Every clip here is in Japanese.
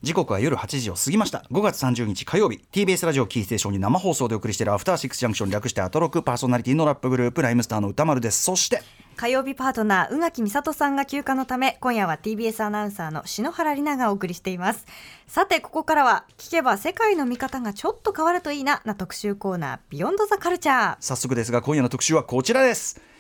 時刻は夜8時を過ぎました。5月30日火曜日、 TBS ラジオキーステーションに生放送でお送りしているアフターシックスジャンクション、略してアトロク、パーソナリティのラップグループライムスターの歌丸です。そして火曜日パートナー宇垣美里さんが休暇のため、今夜は TBS アナウンサーの篠原里奈がお送りしています。さてここからは聞けば世界の見方がちょっと変わるといいな特集コーナー、ビヨンドザカルチャー。 早速ですが今夜の特集はこちらです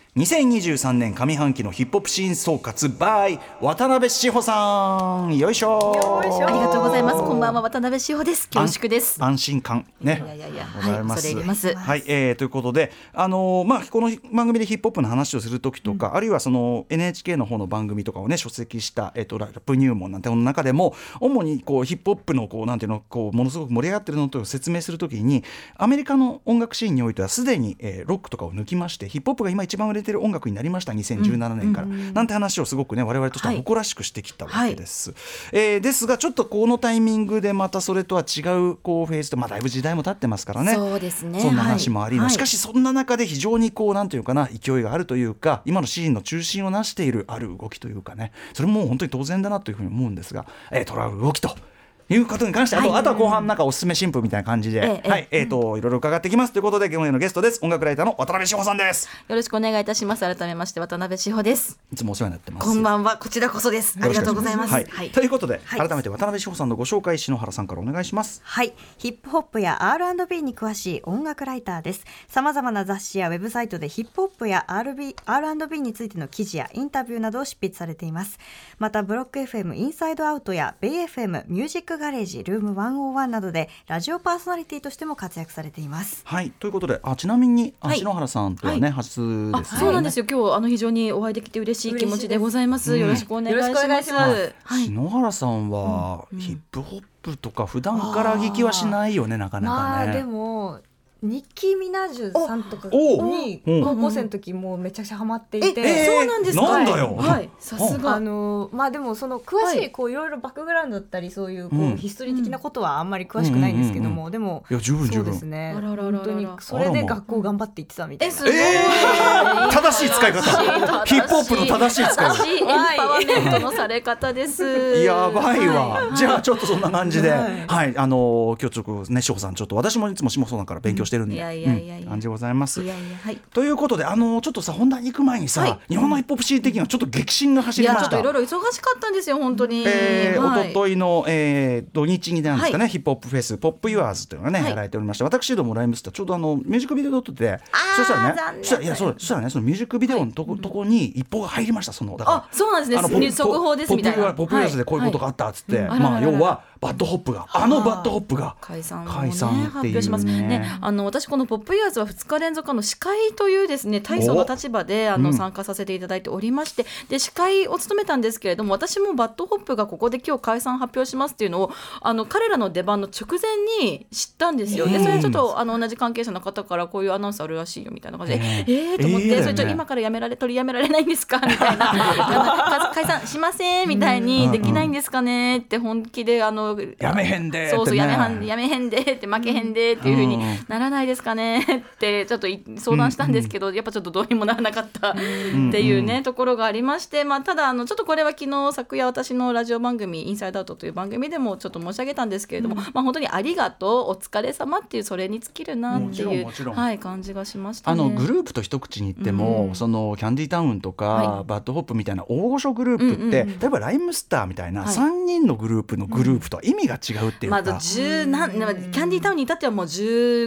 。2023年上半期のヒップホップシーン総括 by 渡辺志保さん。よいしょ。 ありがとうございます。こんばんは、渡辺志保です。恐縮です。 安心感ね。 ございます。恐れ入ります。 はい、ということでこの番組でヒップホップの話をするときとか、あるいはその NHK の方の番組とかをね書籍した、ラップ入門なんての中でも主にこうヒップホップのなんていうのものすごく盛り上がってるのと説明するときに、アメリカの音楽シーンにおいてはすでに、ロックとかを抜きましてヒップホップが今一番売れてる音楽になりました2017年から、なんて話をすごくね我々としては誇らしくしてきたわけです、ですがちょっとこのタイミングでまたそれとは違うこうフェーズと、だいぶ時代も経ってますからね。 そうですね。 そんな話もあり、しかしそんな中で非常になんていうかな、勢いがあるというか、今のシーンの中心をなしているある動きというかね、それももう本当に当然だなというふうに思うんですが、トラブル動きということに関して、あとは後半なんかおすすめ新婦みたいな感じで、いろいろ伺ってきますということで、今夜のゲストです。音楽ライターの渡辺志保さんです。 よろしくお願いいたします。改めまして渡辺志保です。 いつもお世話になってます。 こんばんは。こちらこそです。ありがとうございます。 ということで、改めて渡辺志保さんのご紹介、篠原さんからお願いします。 はい、ヒップホップや R&B に詳しい音楽ライターです。さまざまな雑誌やウェブサイトでヒップホップや R&B についての記事やインタビューなどを執筆されています。またブロック FM インサイドアウトやベイ FM ミュージックガレージルーム101などでラジオパーソナリティとしても活躍されています。 はい、ということで、ちなみに篠原さんとはね、初ですね。 そうなんですよ。今日非常にお会いできて嬉しい気持ちでございます。よろしくお願いします。 篠原さんは、ヒップホップとか普段から聞きはしないよね、なかなかね。 でもニッキー・ミナージュさんとかに高校生の時もうめちゃくちゃハマっていて、 そうなんですか。 なんだよ。 さすが。 でもその詳しいいろいろバックグラウンドだったりそういうヒストリー的なことはあんまり詳しくないんですけども、でも十分そうですね。本当にそれで学校頑張って行ってたみたいな。 正しい使い方。ヒップホップの正しい使い方。 エンパワーメントのされ方です。 やばいわ。じゃあちょっとそんな感じで、今日ちょっとね、志保さん、ちょっと私もいつも志保さんから勉強してるんで感じございます。ということで、ちょっとさ、本題に行く前にさ、日本のヒップホップシーン的にはちょっと激震が走りました。 ちょっといろいろ忙しかったんですよ本当に。 一昨日の土日になんですかね、ヒップホップフェスポップユアーズというのがねやられておりまして、私どもライムスターちょうどミュージックビデオ撮ってて、そしたらねそのミュージックビデオのとこに一報が入りました。だからそうなんですね。速報ですみたいな。 ポップユアーズでこういうことがあったっつって、要はバッドホップがバッドホップが解散っていう発表しますね。私このポップユアーズは2日連続司会というですね大層な立場で参加させていただいておりまして、で司会を務めたんですけれども、私もバッドホップがここで今日解散発表しますっていうのを彼らの出番の直前に知ったんですよ。でそれちょっと同じ関係者の方からこういうアナウンスあるらしいよみたいな感じで、と思って、それちょっと今から取りやめられないんですかみたいな解散しませんみたいにできないんですかねって本気でやめへんでそうそうやめへんでって負けへんでっていう風にならないですかねってちょっと相談したんですけど、やっぱちょっとどうにもならなかったっていうねところがありまして、ただちょっとこれは昨夜私のラジオ番組インサイドアウトという番組でもちょっと申し上げたんですけれども、本当にありがとうお疲れ様っていう、それに尽きるなっていう感じがしましたね。 グループと一口に言っても、そのキャンディータウンとか、バッドホップみたいな大御所グループって、例えばライムスターみたいな3人のグループのグループとは意味が違うっていうか、 キャンディータウンに至ってはもう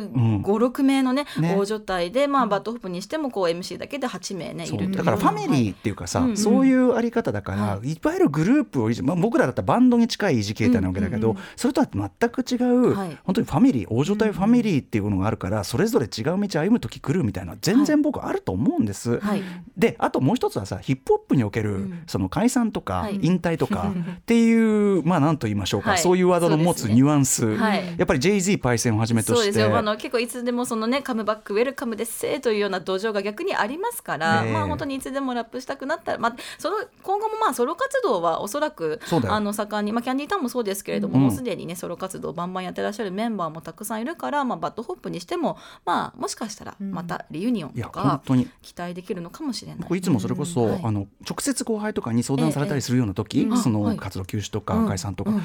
15、6名のね大所帯で、バッドホップにしてもこう MC だけで8名ねいるという。 だからファミリーっていうかさ、そういうあり方だから、いわゆるグループを僕らだったらバンドに近い維持形態なわけだけど、それとは全く違う、本当にファミリー大所帯ファミリーっていうのがあるから、それぞれ違う道歩む時来るみたいな全然僕あると思うんです、であともう一つはさ、ヒップホップにおける、その解散とか、引退とかっていう何と言いましょうか、そういうワードの持つニュアンス、やっぱり Jay-Z パイセンをはじめとして、 そうですよ。結構いつでもそのねカムバックウェルカムですせというような土壌が逆にありますから、本当にいつでもラップしたくなったら、今後もソロ活動はおそらく盛んに、キャンディータウンもそうですけれども、もうすでにねソロ活動バンバンやってらっしゃるメンバーもたくさんいるから、バッドホップにしてももしかしたらまたリユニオンとか期待できるのかもしれない。 僕いつもそれこそ、直接後輩とかに相談されたりするような時、その活動休止とか解散とか、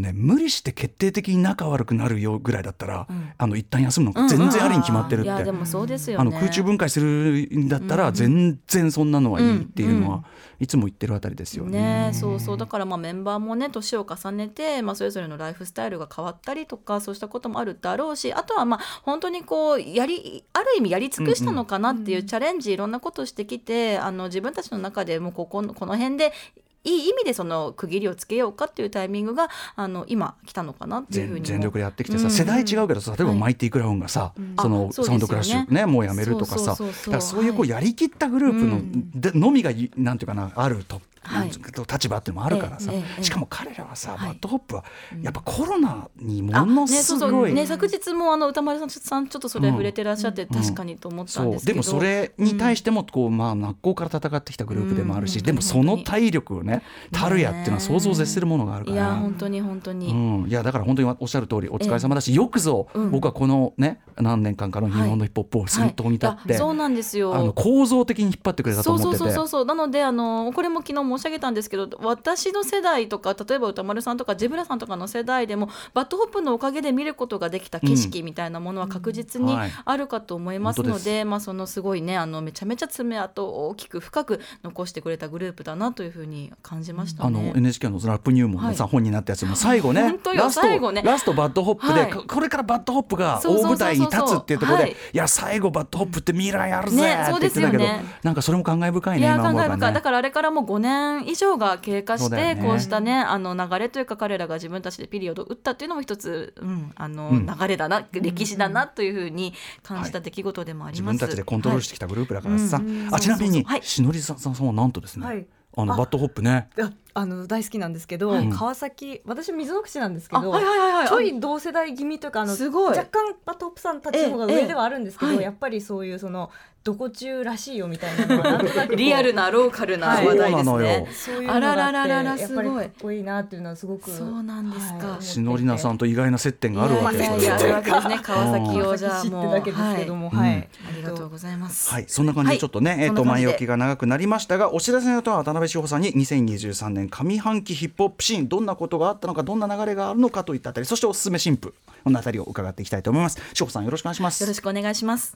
ね無理して決定的に仲悪くなるよぐらいだったら、一旦休むのが全然ありに決まってるって、 いやでもそうですよね。 空中分解するんだったら全然そんなのはいいっていうのはいつも言ってるあたりですよね。 そうそう、だからメンバーもね年を重ねて、それぞれのライフスタイルが変わったりとかそうしたこともあるだろうし、あとは本当にこうある意味やり尽くしたのかなっていうチャレンジ、いろんなことをしてきて、自分たちの中でもこの辺でいい意味でその区切りをつけようかっていうタイミングが今来たのかなっていうふうに全力でやってきてさ、世代違うけどさ、例えばマイティクラウンがさ、そのサウンドクラッシュねもうやめるとかさ、だからそういうやりきったグループのみがなんていうかなあると立場っていうのもあるからさ、しかも彼らはさ、バッドホップはやっぱコロナにものすごい、 昨日も歌丸さんちょっとそれ触れてらっしゃって、確かにと思ったんですけど、 でもそれに対しても真っ向から戦ってきたグループでもあるし、でもその体力をねたるやっていうのは想像を絶するものがあるから、 いや本当に本当に、 いやだから本当におっしゃる通りお疲れ様だし、よくぞ僕はこのね何年間かの日本のヒップホップを先頭に立って、 そうなんですよ、 構造的に引っ張ってくれたと思ってて、 そうなのでこれも昨日申し上げたんですけど、私の世代とか例えば歌丸さんとかジェブラさんとかの世代でもバッドホップのおかげで見ることができた景色みたいなものは確実にあるかと思いますので、そのすごいねめちゃめちゃ爪痕を大きく深く残してくれたグループだなというふうに感じましたね。 NHK のラップ入門のさ、本になったやつも最後ねラストバッドホップで、これからバッドホップが大舞台に立つっていうところで、いや最後バッドホップって未来あるぜって言ってたけど、なんかそれも感慨深いね。今思えばね、 だからあれからもう5年以上が経過して、こうしたね流れというか彼らが自分たちでピリオドを打ったっていうのも一つ、流れだな、歴史だなというふうに感じた出来事でもあります。 自分たちでコントロールしてきたグループだからさ、ちなみにしのりさんはなんとですね、バッドホップね大好きなんですけど、川崎、私水の口なんですけど、ちょい同世代気味というかすごい若干バッドホップさんたちの方が上ではあるんですけど、やっぱりそういうそのどこ中らしいよみたいなのはなんとなくリアルなローカルな話題ですね。 そういうのがあってやっぱりかっこいいなっていうのはすごく。 そうなんですか。 しのりなさんと意外な接点があるわけですね。 あるわけですね。川崎をじゃあもう知ってだけですけども、 ありがとうございます。 そんな感じでちょっとね前置きが長くなりましたが、お知らせの後は渡辺志保さんに2023年上半期ヒップホップシーンどんなことがあったのか、どんな流れがあるのかといったあたり、そしておすすめ新譜このあたりを伺っていきたいと思います。志保さんよろしくお願いします。 よろしくお願いします。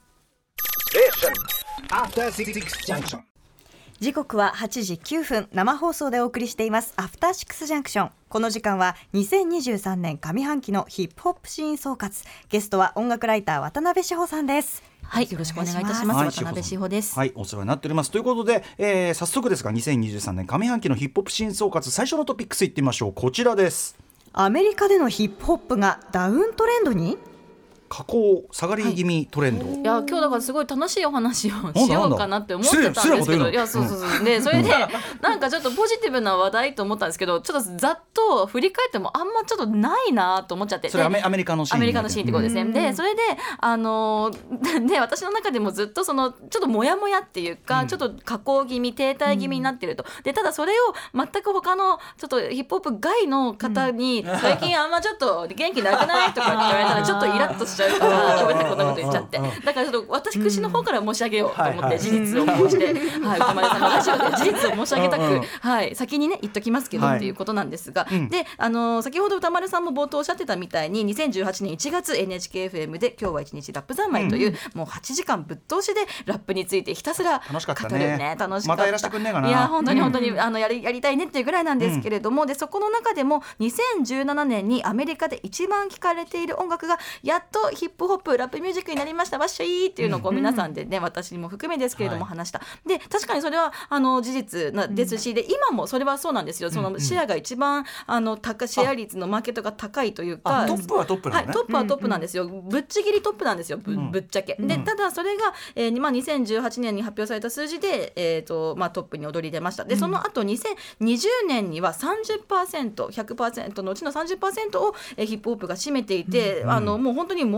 時刻は8時9分、生放送でお送りしていますアフターシックスジャンクション。この時間は2023年上半期のヒップホップシーン総括。ゲストは音楽ライター渡辺志保さんです。 よろしくお願いいたします。渡辺志保です。 お世話になっております。ということで、早速ですが2023年上半期のヒップホップシーン総括、最初のトピックスいってみましょう。こちらです。 アメリカでのヒップホップがダウントレンドに、 下降下がり気味トレンド、 いや今日だからすごい楽しいお話をしようかなって思ってたんですけど、いやそうでそれでなんかちょっとポジティブな話題と思ったんですけど、ちょっとざっと振り返ってもあんまちょっとないなと思っちゃって、 それアメリカのシーンってことですね。でそれでで私の中でもずっとそのちょっとモヤモヤっていうか、ちょっと下降気味停滞気味になってると。でただそれを全く他のちょっとヒップホップ外の方に、最近あんまちょっと元気なくないとかって言われたらちょっとイラッとしちゃうからごめんなさいこんなこと言っちゃって、だからちょっと私の方から申し上げようと思って事実を申して、歌丸さんのラジオで事実を申し上げたく、先にね言っときますけどっていうことなんですが、で先ほど歌丸さんも冒頭おっしゃってたみたいに2018年1月 NHKFM で今日は一日ラップ三昧という、もう8時間ぶっ通しでラップについてひたすら語る楽しかったね。楽しかった。 またやらせてくんねえかな。 いや本当にやりたいねっていうぐらいなんですけれども、でそこの中でも2017年にアメリカで一番聴かれている音楽がやっとヒップホップラップミュージックになりましたわっしょいっていうのをこう皆さんでね、私も含めですけれども話した。で確かにそれは事実ですし、で今もそれはそうなんですよ。そのシェアが一番シェア率のマーケットが高いというか、 トップはトップなんね。 トップはトップなんですよ。ぶっちぎりトップなんですよ。ぶっちゃけで、ただそれが、2018年に発表された数字で、トップに躍り出ました。でその後2020年には 30%、100% のうちの 30% をヒップホップが占めていて、もう本当に燃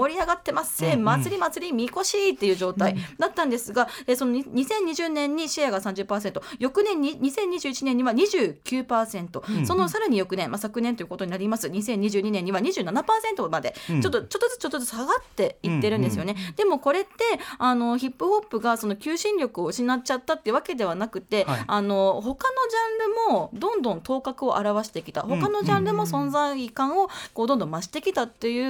盛り上がってます、祭りみこしっていう状態だったんですが、その2020年にシェアが 30%、 翌年に2021年には 29%、そのさらに翌年、昨年ということになります2022年には 27% までちょっとずつ下がっていってるんですよね。でもこれってヒップホップがその求心力を失っちゃったってわけではなくて、他のジャンルもどんどん頭角を現してきた、他のジャンルも存在感をこうどんどん増してきたっていう、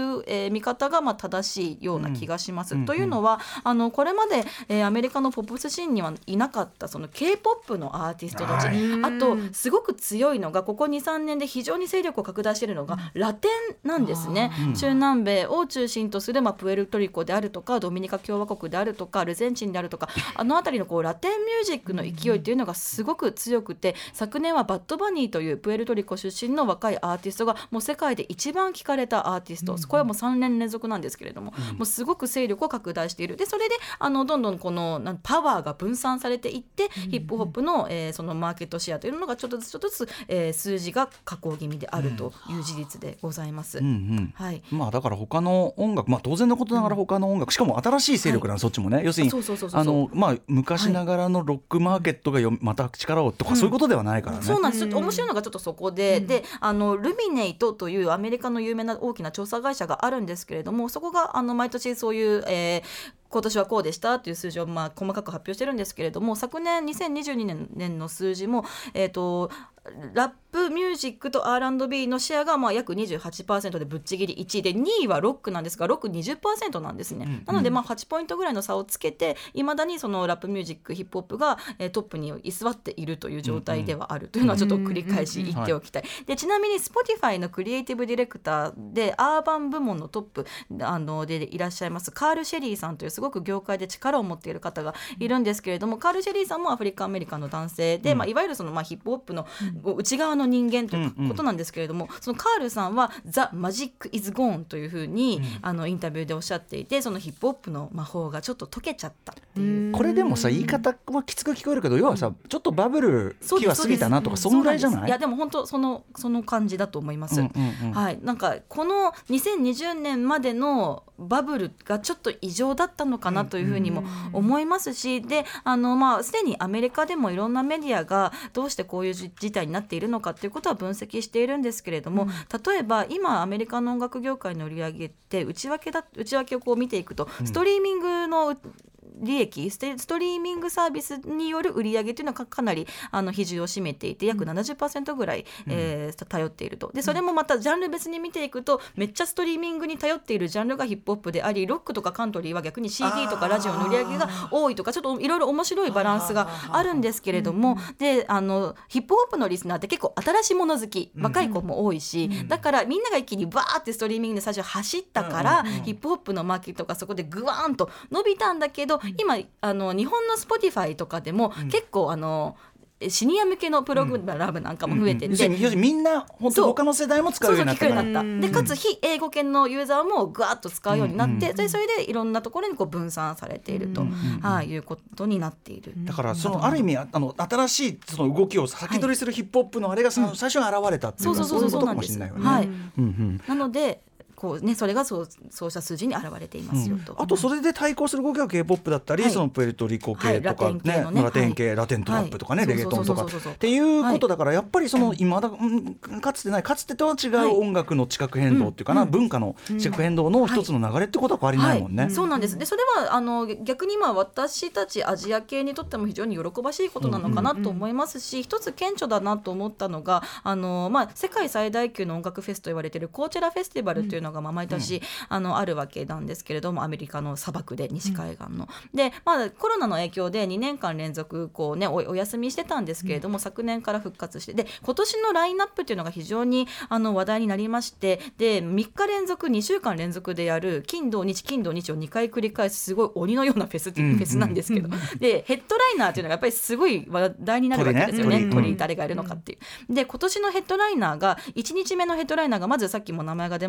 見方が正しいような気がします。というのはこれまで、アメリカのポップスシーンにはいなかったその K-POP のアーティストたち、あとすごく強いのがここ 2,3 年で非常に勢力を拡大しているのがラテンなんですね。中南米を中心とする、プエルトリコであるとかドミニカ共和国であるとかアルゼンチンであるとか、あの辺りのこうラテンミュージックの勢いというのがすごく強くて、昨年はバッドバニーというプエルトリコ出身の若いアーティストがもう世界で一番聴かれたアーティスト、これはもう3年連続なんですけれども、もうすごく勢力を拡大している。でそれでどんどんこのパワーが分散されていって、ヒップホップの、そのマーケットシェアというのがちょっとずつ、数字が下降気味であるという事実でございます。 だから他の音楽、当然のことながら他の音楽、しかも新しい勢力なの、そっちもね、要するに昔ながらのロックマーケットがまた力をとか、そういうことではないからね。 そうなんです。面白いのがちょっとそこで、ルミネイトというアメリカの有名な大きな調査会社があるんですけれども、そこが毎年そういう、今年はこうでしたという数字を細かく発表してるんですけれども、昨年2022年の数字も、ラップミュージックと R&B のシェアが約 28% でぶっちぎり1位で、2位はロックなんですがロック 20% なんですね。なので8ポイントぐらいの差をつけて、いまだにそのラップミュージックヒップホップがトップに居座っているという状態ではあるというのはちょっと繰り返し言っておきたい。でちなみに Spotify のクリエイティブディレクターでアーバン部門のトップでいらっしゃいますカール・シェリーさんというすごく業界で力を持っている方がいるんですけれども、カール・シェリーさんもアフリカンアメリカンの男性で、いわゆるそのヒップホップの内側の人間ということなんですけれども、そのカールさんは The Magic is Gone というふうに、インタビューでおっしゃっていて、そのヒップホップの魔法がちょっと解けちゃったっていう。 これでもさ、言い方はきつく聞こえるけど、要はさ、ちょっとバブル期は過ぎたなとか、そんぐらいじゃない？ いやでも本当その感じだと思います。なんかこの2020年までのバブルがちょっと異常だったのかなというふうにも思いますし、で、すでにアメリカでもいろんなメディアがどうしてこういう事態になっているのかということは分析しているんですけれども、例えば今アメリカの音楽業界の売り上げって内訳をこう見ていくと、ストリーミングの利益、ストリーミングサービスによる売り上げというのはかなり比重を占めていて、約 70% ぐらい、頼っていると。でそれもまたジャンル別に見ていくと、めっちゃストリーミングに頼っているジャンルがヒップホップであり、ロックとかカントリーは逆に CD とかラジオの売り上げが多いとか、ちょっといろいろ面白いバランスがあるんですけれども、でヒップホップのリスナーって結構新しいもの好き、若い子も多いし、だからみんなが一気にバーってストリーミングで最初走ったから、ヒップホップのマーケットがそこでグワーンと伸びたんだけど、今日本の Spotify とかでも結構シニア向けのプログラムなんかも増えてて、 みんな本当他の世代も使うようになったで、かつ非英語圏のユーザーもぐわっと使うようになって、でそれでいろんなところにこう分散されていると、いうことになっている。 だからそのある意味新しいその動きを先取りするヒップホップのあれが最初に現れたっていうのはそういうことかもしれないよね。 なのでそれがそうした数字に現れていますよと。 あとそれで対抗する動きが K-POP だったり、そのプエルトリコ系とかね、ラテン系、ラテントラップとかね、レゲトンとかっていうことだから、やっぱりその今だかつてとは違う音楽の地殻変動っていうかな、文化の地殻変動の一つの流れってことは変わりないもんね。 そうなんです。でそれは逆に私たちアジア系にとっても非常に喜ばしいことなのかなと思いますし、一つ顕著だなと思ったのが世界最大級の音楽フェスと言われているコーチェラフェスティバルというのが毎年あるわけなんですけれども、アメリカの砂漠で西海岸の、で、コロナの影響で2年間連続お休みしてたんですけれども、昨年から復活して、で今年のラインナップっていうのが非常に話題になりまして、で3日連続2週間連続でやる金土日を2回繰り返すすごい鬼のようなフェスなんですけど、でヘッドライナーっていうのがやっぱりすごい話題になるわけですよね。鳥誰がいるのかっていう。で今年のヘッドライナーが1日目のヘッドライナーがまずさっきも名前が出ましたけれど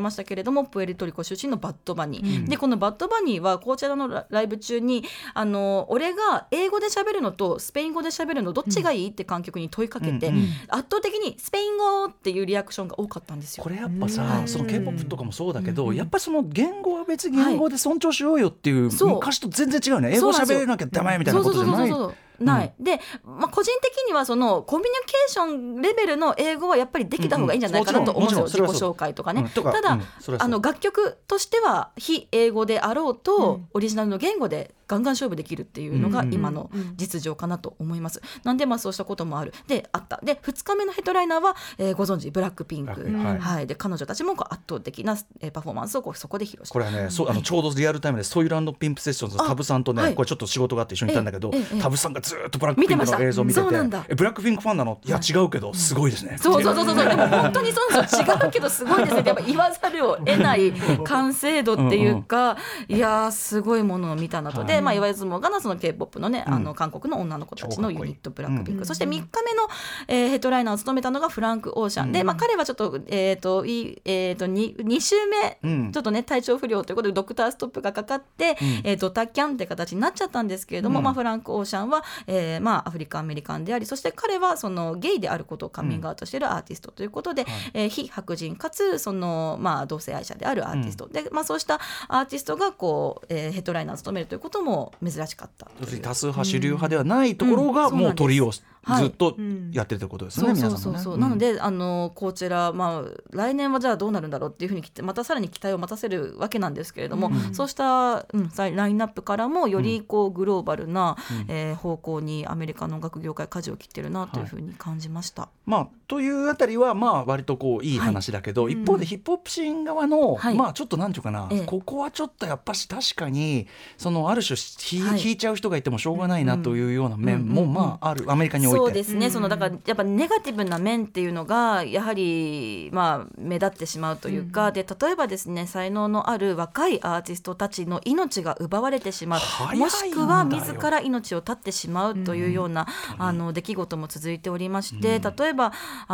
れども、プエルトリコ出身のバッドバニー、でこのバッドバニーはこちらのライブ中に俺が英語で喋るのとスペイン語で喋るのどっちがいいって観客に問いかけて、圧倒的にスペイン語っていうリアクションが多かったんですよ。 これやっぱさ、その K-POP とかもそうだけど、やっぱりその言語は別言語で尊重しようよっていう、昔と全然違うね。英語喋れなきゃダメみたいなことじゃない。 ない、で、個人的にはそのコミュニケーションレベルの英語はやっぱりできた方がいいんじゃないかなと思うんですよ、自己紹介とかね。ただ、楽曲としては非英語であろうと、オリジナルの言語でガンガン勝負できるっていうのが今の実情かなと思います。なんでそうしたこともあるであった。で2日目のヘッドライナーは、ご存知ブラックピンク、で彼女たちも圧倒的なパフォーマンスをそこで披露した。 これはね、ちょうどリアルタイムでソイル&ピンプセッションズのタブさんとね、これちょっと仕事があって一緒にいたんだけど、タブさんがずっとブラックピンクの映像を見てて、ブラックピンクファンなの？いや違うけどすごいですね。そうでも本当にそうなんですよ。違うけどすごいですねってやっぱ言わざるを得ない完成度っていうか、いやすごいものを見たなと。で、言わずもがなその K-POP のね、韓国の女の子たちのユニットブラックピンク、そして3日目の、ヘッドライナーを務めたのがフランク・オーシャンで、彼はちょっと、2週目、ちょっとね体調不良ということでドクターストップがかかって、ドタキャンって形になっちゃったんですけれども、フランク・オーシャンは、アフリカンアメリカンであり、そして彼はそのゲイであることをカミングアウトしているアーティストということで、非白人かつその、同性愛者であるアーティスト、で、そうしたアーティストがこう、ヘッドライナーを務めるということも珍しかった。 多数派主流派ではないところがもうトリをずっとやってるということですね、皆さんもね。 なのでこちら、来年はじゃあどうなるんだろうっていうふうにまたさらに期待を待たせるわけなんですけれども、そうした、ラインナップからもよりこうグローバルな、方向にアメリカの音楽業界舵を切ってるなというふうに感じました。 というあたりは割とこういい話だけど、一方でヒップホップシーン側の、ちょっとなんていうかな、ここはちょっとやっぱし確かにそのある種弾いちゃう人がいてもしょうがないなというような面もある、アメリカにおいて。 そうですね、だからやっぱネガティブな面っていうのがやはり目立ってしまうというか、で例えばですね、才能のある若いアーティストたちの命が奪われてしまう、もしくは自ら命を絶ってしまうというような、出来事も続いておりまして、例えば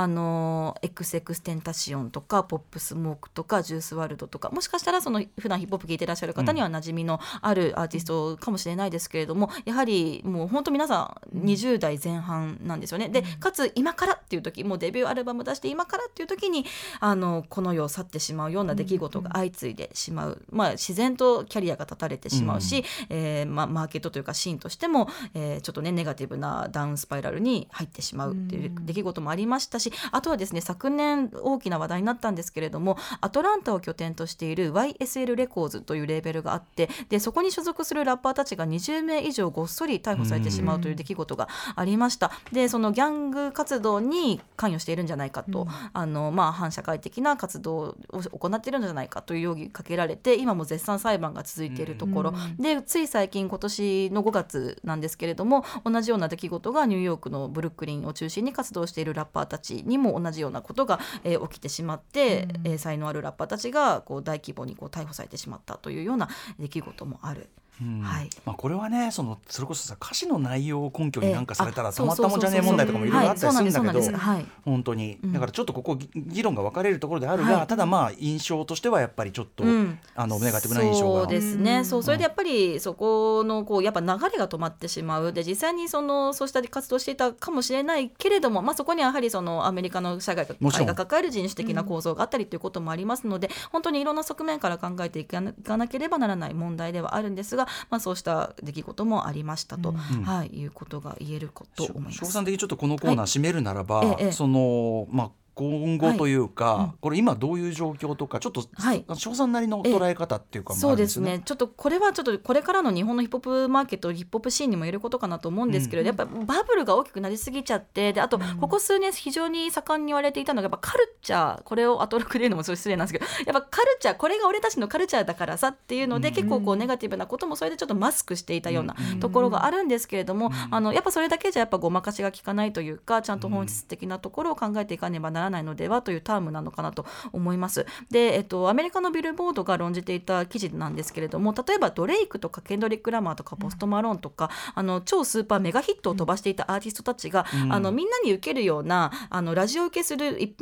XX テンタシオンとかポップスモークとかジュースワールドとか、もしかしたらその普段ヒップホップ聴いてらっしゃる方には馴染みのあるアーティストかもしれないですけれども、やはりもう本当皆さん20代前半なんですよね。でかつ今からっていう時、もうデビューアルバム出して今からっていう時にこの世を去ってしまうような出来事が相次いでしまう、自然とキャリアが断たれてしまうし、マーケットというかシーンとしても、ちょっとねネガティブなダウンスパイラルに入ってしまうっていう出来事もありましたし、あとはですね、昨年大きな話題になったんですけれども、アトランタを拠点としている YSL レコーズというレーベルがあって、でそこに所属するラッパーたちが20名以上ごっそり逮捕されてしまうという出来事がありました。でそのギャング活動に関与しているんじゃないかと、反社会的な活動を行っているんじゃないかという容疑かけられて、今も絶賛裁判が続いているところで、つい最近今年の5月なんですけれども、同じような出来事がニューヨークのブルックリンを中心に活動しているラッパーたちにも同じようなことが、起きてしまって、才能あるラッパーたちがこう大規模にこう逮捕されてしまったというような出来事もある。 これはね、それこそさ、歌詞の内容を根拠になんかされたらたまったもんじゃねえ問題とかもいろいろあったりするんだけど、本当にだからちょっとここ議論が分かれるところであるが、ただ印象としてはやっぱりちょっと、ネガティブな印象が。 そうですね、それでやっぱりそこのやっぱ流れが止まってしまう。で実際にそうした活動していたかもしれないけれども、そこにはやはりアメリカの社会が抱える人種的な構造があったりということもありますので、本当にいろんな側面から考えていかなければならない問題ではあるんですが、そうした出来事もありましたと、いうことが言えると思います。 翔さん的にちょっとこのコーナー締めるならば、今後というか、これ今どういう状況とか、ちょっと翔さんなりの捉え方っていうかもあるんですよね。 そうですね、ちょっとこれはちょっとこれからの日本のヒップホップマーケット、ヒップホップシーンにも言えることかなと思うんですけれど、やっぱバブルが大きくなりすぎちゃって、であとここ数年非常に盛んに言われていたのがやっぱカルチャー、これをアトロクで言うのも失礼なんですけど、やっぱカルチャー、これが俺たちのカルチャーだからさっていうので、結構ネガティブなこともそれでちょっとマスクしていたようなところがあるんですけれども、やっぱそれだけじゃやっぱごまかしが効かないというか、ちゃんと本質的なところを考えていかねばならないのではというタームなのかなと思います。で、アメリカのビルボードが論じていた記事なんですけれども、例えばドレイクとかケンドリック・ラマーとかポスト・マローンとか、超スーパーメガヒットを飛ばしていたアーティストたちが、みんなに受けるようなラジオ受けする一般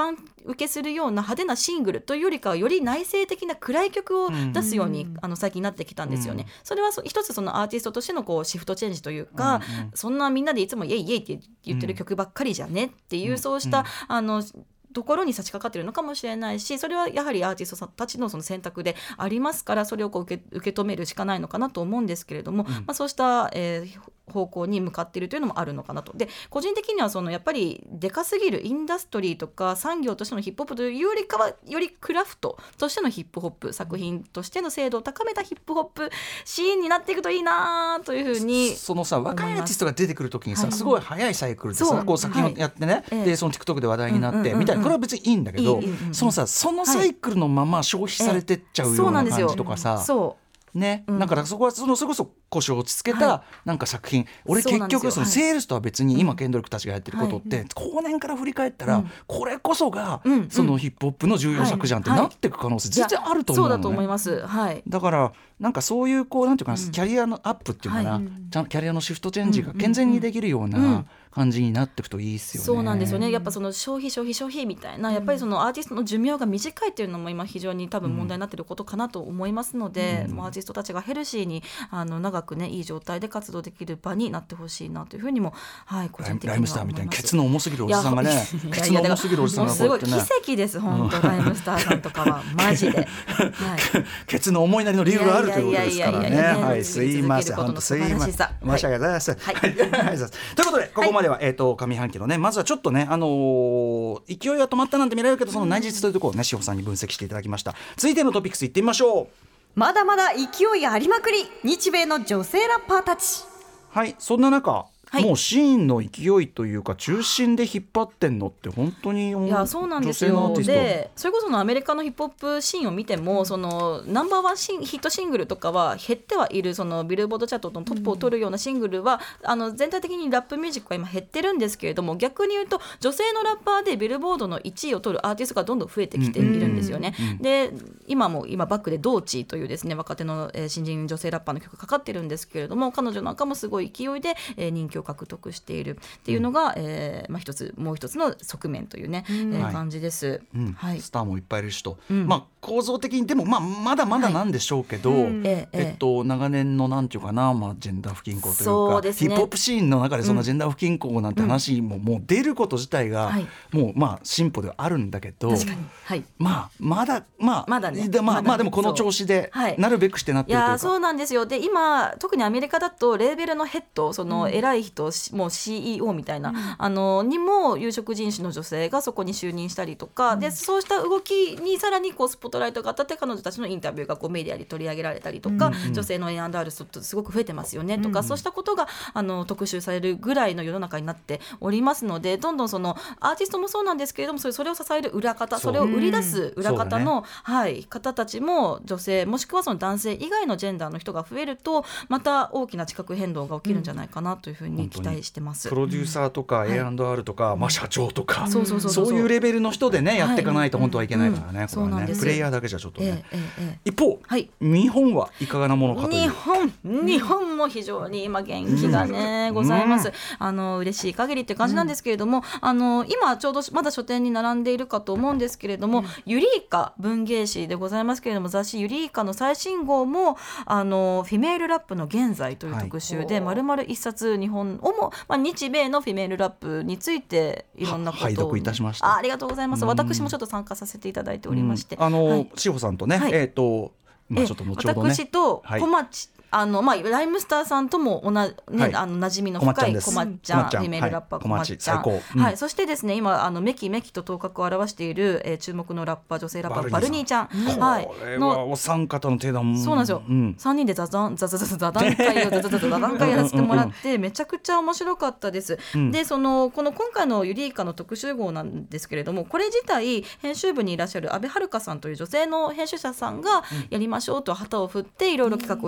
受けするような派手なシングルというよりかはより内省的な暗い曲を出すように、最近なってきたんですよね。それは一つそのアーティストとしてのこうシフトチェンジというか、そんなみんなでいつもイエイイエイって言ってる曲ばっかりじゃねっていう、そうしたところに差し掛かっているのかもしれないし、それはやはりアーティストさんたちのその選択でありますから、それをこう受け止めるしかないのかなと思うんですけれども、そうした、方向に向かっているというのもあるのかなと。で個人的にはやっぱりでかすぎるインダストリーとか産業としてのヒップホップというよりかはよりクラフトとしてのヒップホップ作品としての精度を高めたヒップホップシーンになっていくといいなというふうにそのさ若いアーティストが出てくる時にさ、すごい早いサイクルでそうさこう作品をやってね、でその TikTok で話題になってみたいな、これは別にいいんだけど、そのサイクルのまま消費されてっちゃうような感じとかさ、ね、だからそこはそれこそ腰を落ち着けたなんか作品、俺結局そのセールスとは別に今ケンドリックたちがやってることって後年から振り返ったらこれこそがそのヒップホップの重要作じゃんってなっていく可能性全然あると思うのね。 そうだと思います、 だからなんかそういうこうなんていうかな、キャリアのアップっていうかな、ちゃんとキャリアのシフトチェンジが健全にできるような感じになっていくといいですよね。 そうなんですよね。やっぱその消費みたいな、やっぱりそのアーティストの寿命が短いっていうのも今非常に多分問題になっていることかなと思いますので、もうアーティストたちがヘルシーに長くねいい状態で活動できる場になってほしいなというふうにも、個人的には思います。 ライムスターみたいにケツの重すぎるおじさんがね、ケツの重すぎるおじさんがこうやってね、 もうすごい奇跡です本当ライムスターさんとかはマジで、 ケツの重いなりの理由があるということですからね。すいません、 本当すいません、 申し訳ございません。ということでここまでは上半期のね、まずはちょっとね勢いは止まったなんて見られるけど、その内実というところをね志保さんに分析していただきました。続いてのトピックスいってみましょう。 まだまだ勢いありまくり、日米の女性ラッパーたち。 はい、そんな中、もうシーンの勢いというか中心で引っ張ってんのって本当にそうなんですよ。でそれこそのアメリカのヒップホップシーンを見ても、そのナンバーワンヒットシングルとかは減ってはいる、そのビルボードチャートのトップを取るようなシングルは、全体的にラップミュージックは今減ってるんですけれども、逆に言うと女性のラッパーでビルボードの1位を取るアーティストがどんどん増えてきているんですよね。で今バックでドーチーというですね若手の新人女性ラッパーの曲がかかってるんですけれども、彼女なんかもすごい勢いで人気を獲得しているっていうのが、もう一つの側面というね、感じです、 スターもいっぱいいるしと、構造的にでもまだまだなんでしょうけど、長年のなんていうかな、ジェンダー不均衡というか、ヒップホップシーンの中でそのジェンダー不均衡なんて話も、もう出ること自体がもう進歩ではあるんだけど、 確かに、 まだね、でもこの調子でなるべくしてなってるというか、 いやそうなんですよ。で今特にアメリカだとレーベルのヘッド、その偉い人、もう CEO みたいな、にも有色人種の女性がそこに就任したりとか、でそうした動きにさらにスポットライトが当たって彼女たちのインタビューがメディアに取り上げられたりとか、女性の A&R すごく増えてますよねとか、そうしたことが特集されるぐらいの世の中になっておりますので、どんどんそのアーティストもそうなんですけれども、それを支える裏方、それを売り出す裏方の、方たちも女性もしくはその男性以外のジェンダーの人が増えると、また大きな地殻変動が起きるんじゃないかなというふうに期待してます。 プロデューサーとか A&R とか、社長とか、そういうレベルの人でねやっていかないと本当はいけないからね、これはねプレイヤーだけじゃちょっとね、一方、日本はいかがなものかという。 日本も非常に今元気がね、ございます。嬉しい限りって感じなんですけれども、今ちょうどまだ書店に並んでいるかと思うんですけれども、ユリイカ文芸誌でございますけれども、雑誌ユリイカの最新号もフィメールラップの現在という特集で、丸々一冊日本をも、日米のフィメールラップについていろんなことを、 拝読いたしました。 ありがとうございます。私もちょっと参加させていただいておりまして、 志保さんとね、ちょっと後ほどね、 私と小町、ライムスターさんとも馴染みの深いこまっちゃん、フィメールラッパーこまっちゃん、そしてですね今めきめきと頭角を現している、注目のラッパー、女性ラッパーバルニーちゃん、 これはお三方の手だもん。 そうなんですよ、3人で座談会やらせてもらってめちゃくちゃ面白かったです。でこの今回のユリイカの特集号なんですけれども、これ自体編集部にいらっしゃる阿部遥さんという女性の編集者さんがやりましょうと旗を振って、いろいろ企画を一つ一つ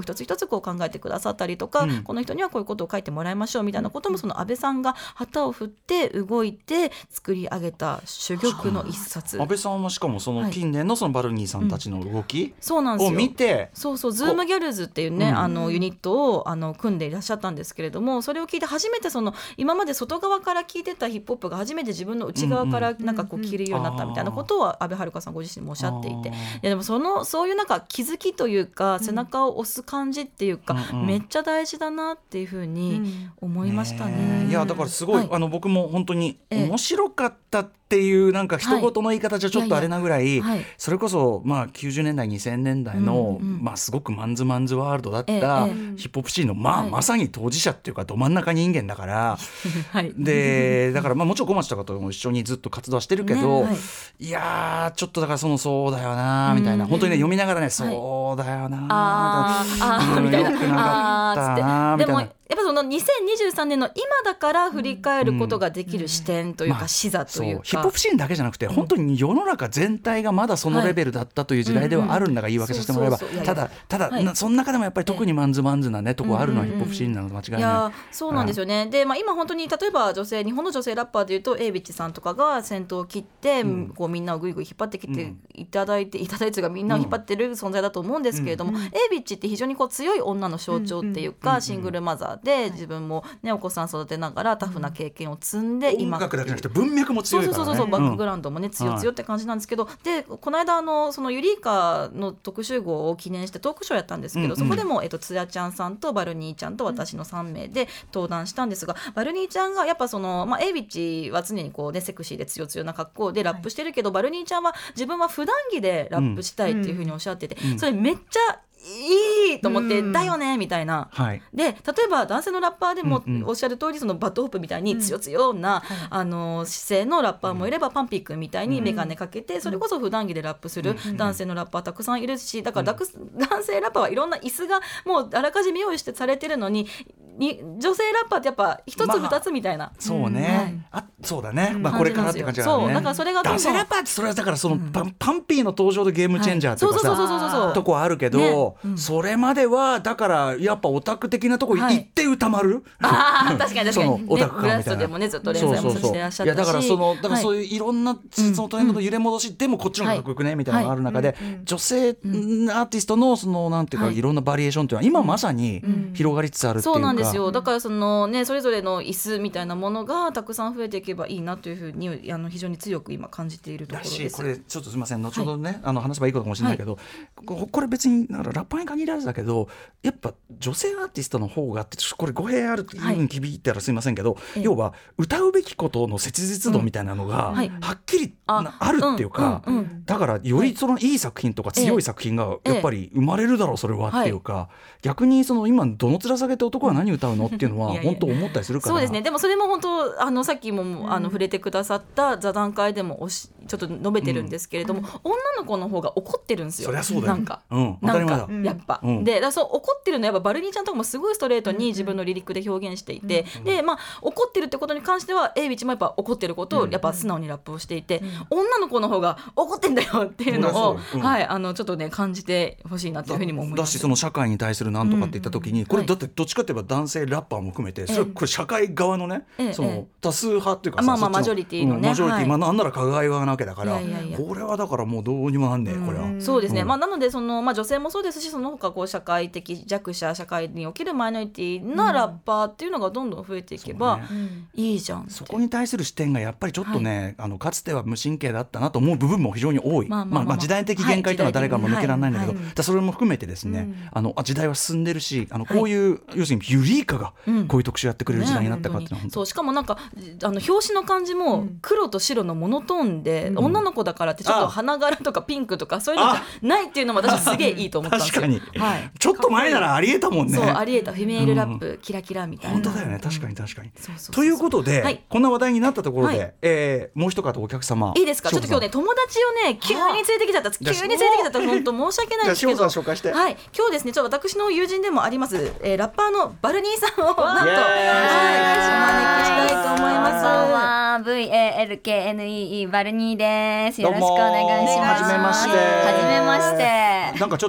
曲を考えてくださったりとか、この人にはこういうことを書いてもらいましょうみたいなことも、その安倍さんが旗を振って動いて作り上げた珠玉の一冊。 安倍さんはしかもその近年のそのバルニーさんたちの動きを見て、 そうズームギャルズっていうね、ユニットを組んでいらっしゃったんですけれども、それを聞いて初めてその今まで外側から聞いてたヒップホップが初めて自分の内側からなんかこう聞けるようになったみたいなことを安倍遥さんご自身もおっしゃっていて、いやでもそういうなんか気づきというか、背中を押す感じっていうか、めっちゃ大事だなっていうふうに思いましたね。 いやだからすごい、僕も本当に面白かったっていうなんか一言の言い方じゃちょっとあれなぐらい、それこそ90年代2000年代のすごくマンズワールドだったヒップホップシーンのまさに当事者っていうかど真ん中人間だからでだからもちろん小町とかとも一緒にずっと活動はしてるけど、いやちょっとだからそうだよなみたいな、本当にね読みながらねそうだよなみたいな、よくなかったなみたいな。 やっぱその2023年の今だから振り返ることができる視点というか視座というか、 ヒップホップシーンだけじゃなくて本当に世の中全体がまだそのレベルだったという時代ではあるんだが言い訳させてもらえば、ただその中でもやっぱり特にマンズなねとこあるのはヒップホップシーンなの間違いない。いやそうなんですよね。で、今本当に例えば日本の女性ラッパーでいうとエイビッチさんとかが先頭を切って、こうみんなをぐいぐい引っ張ってきていただいてというか、みんなを引っ張ってる存在だと思うんですけれども、エイビッチって非常にこう強い女の象徴っていうか、シングルマザーで自分もお子さん育てながらタフな経験を積んで、 音楽だけじゃなくて文脈も強いからね。 そうバックグラウンドもね強って感じなんですけど、でこの間そのユリイカの特集号を記念してトークショーやったんですけど、そこでもつやちゃんさんとバルニーちゃんと私の3名で登壇したんですが、バルニーちゃんがやっぱエイビッチは常にこうねセクシーで強な格好でラップしてるけど、バルニーちゃんは自分は普段着でラップしたいっていうふうにおっしゃってて、それめっちゃいいと思って、だよねみたいな、で例えば男性のラッパーでもおっしゃる通り、そのバッドホップみたいに強な、姿勢のラッパーもいれば、パンピー君みたいに眼鏡かけて、それこそ普段着でラップする男性のラッパーたくさんいるし、だから男性ラッパーはいろんな椅子がもうあらかじめ用意してされてるのに、女性ラッパーってやっぱ一つ二つみたいな、 そうね、そうだね、これからって感じだね。 そうだからそれが男性ラッパーってそれはだからそのパンピーの登場でゲームチェンジャーっていうかさとこはあるけど、それまではだからやっぱオタク的なとこ行って歌丸、 確かにそのオタク感みたいな、 ブラストでもねずっと連載もしてらっしゃったし、 だからそういういろんなそのトレンドの揺れ戻しでもこっちの方がかっこよくねみたいなのがある中で、女性アーティストのそのなんていうかいろんなバリエーションっていうのは今まさに広がりつつあるっていうか、 そうなんですよ。だからそのねそれぞれの椅子みたいなものがたくさん増えていけばいいなというふうに非常に強く今感じているところです。 これちょっとすみません、後ほどね話せばいいことかもしれないけど、これ別にラッパーに限らずだけど、やっぱ女性アーティストの方がってこれ語弊あるっていうふうに響いたらすみませんけど、要は歌うべきことの切実度みたいなのがはっきりあるっていうか、だからよりそのいい作品とか強い作品がやっぱり生まれるだろうそれはっていうか、逆にその今どの面下げて男は何歌うのっていうのは本当思ったりするから。 そうですね。でもそれも本当さっきも触れてくださった座談会でもちょっと述べてるんですけれども、女の子の方が怒ってるんですよ。 そりゃそうだよ。 なんかやっぱ、でだからそう怒ってるのやっぱバルニーちゃんとかもすごいストレートに自分のリリックで表現していて、で怒ってるってことに関してはエイビッチもやっぱ怒ってることをやっぱ素直にラップをしていて、女の子の方が怒ってんだよっていうのをちょっとね感じてほしいなというふうにも思います。 だしその社会に対するなんとかって言った時に、これだってどっちかって言えば男性ラッパーも含めてこれ社会側のね、その多数派っていうかマジョリティのね、 マジョリティ、なんなら加害側なわけだから、これはだからもうどうにもなんねこれは。 そうですね。なので女性もそうですし、その他こう社会的弱者、社会におけるマイノリティなラッパーっていうのがどんどん増えていけばいいじゃんって。 そこに対する視点がやっぱりちょっとね、かつては無神経だったなと思う部分も非常に多い。時代的限界というのは誰からも抜けられないんだけど、それも含めてですね、時代は進んでるし、こういう要するにユリイカがこういう特集やってくれる時代になったかっていうのは、 そうしかもなんか表紙の感じも黒と白のモノトーンで、女の子だからってちょっと花柄とかピンクとかそういうのじゃないっていうのも私はすげえいいと思ったんですよ。 確かに、ちょっと前ならありえたもんね。 そうありえたフェメールラップ、キラキラみたいな。 本当だよね、確かにということで、こんな話題になったところで、もう一方お客様いいですか。ちょっと今日ね友達をね急に連れてきちゃった本当申し訳ないんですけど、 じゃあ紹介して。 今日ですね私の友人でもあります、ラッパーのバルニーさんをなんとお招きしたいと思います。 こんばんは、VALKNEE バルニーです。よろしくお願いします。 はじめまして。 はじめまして。 なんかちょっと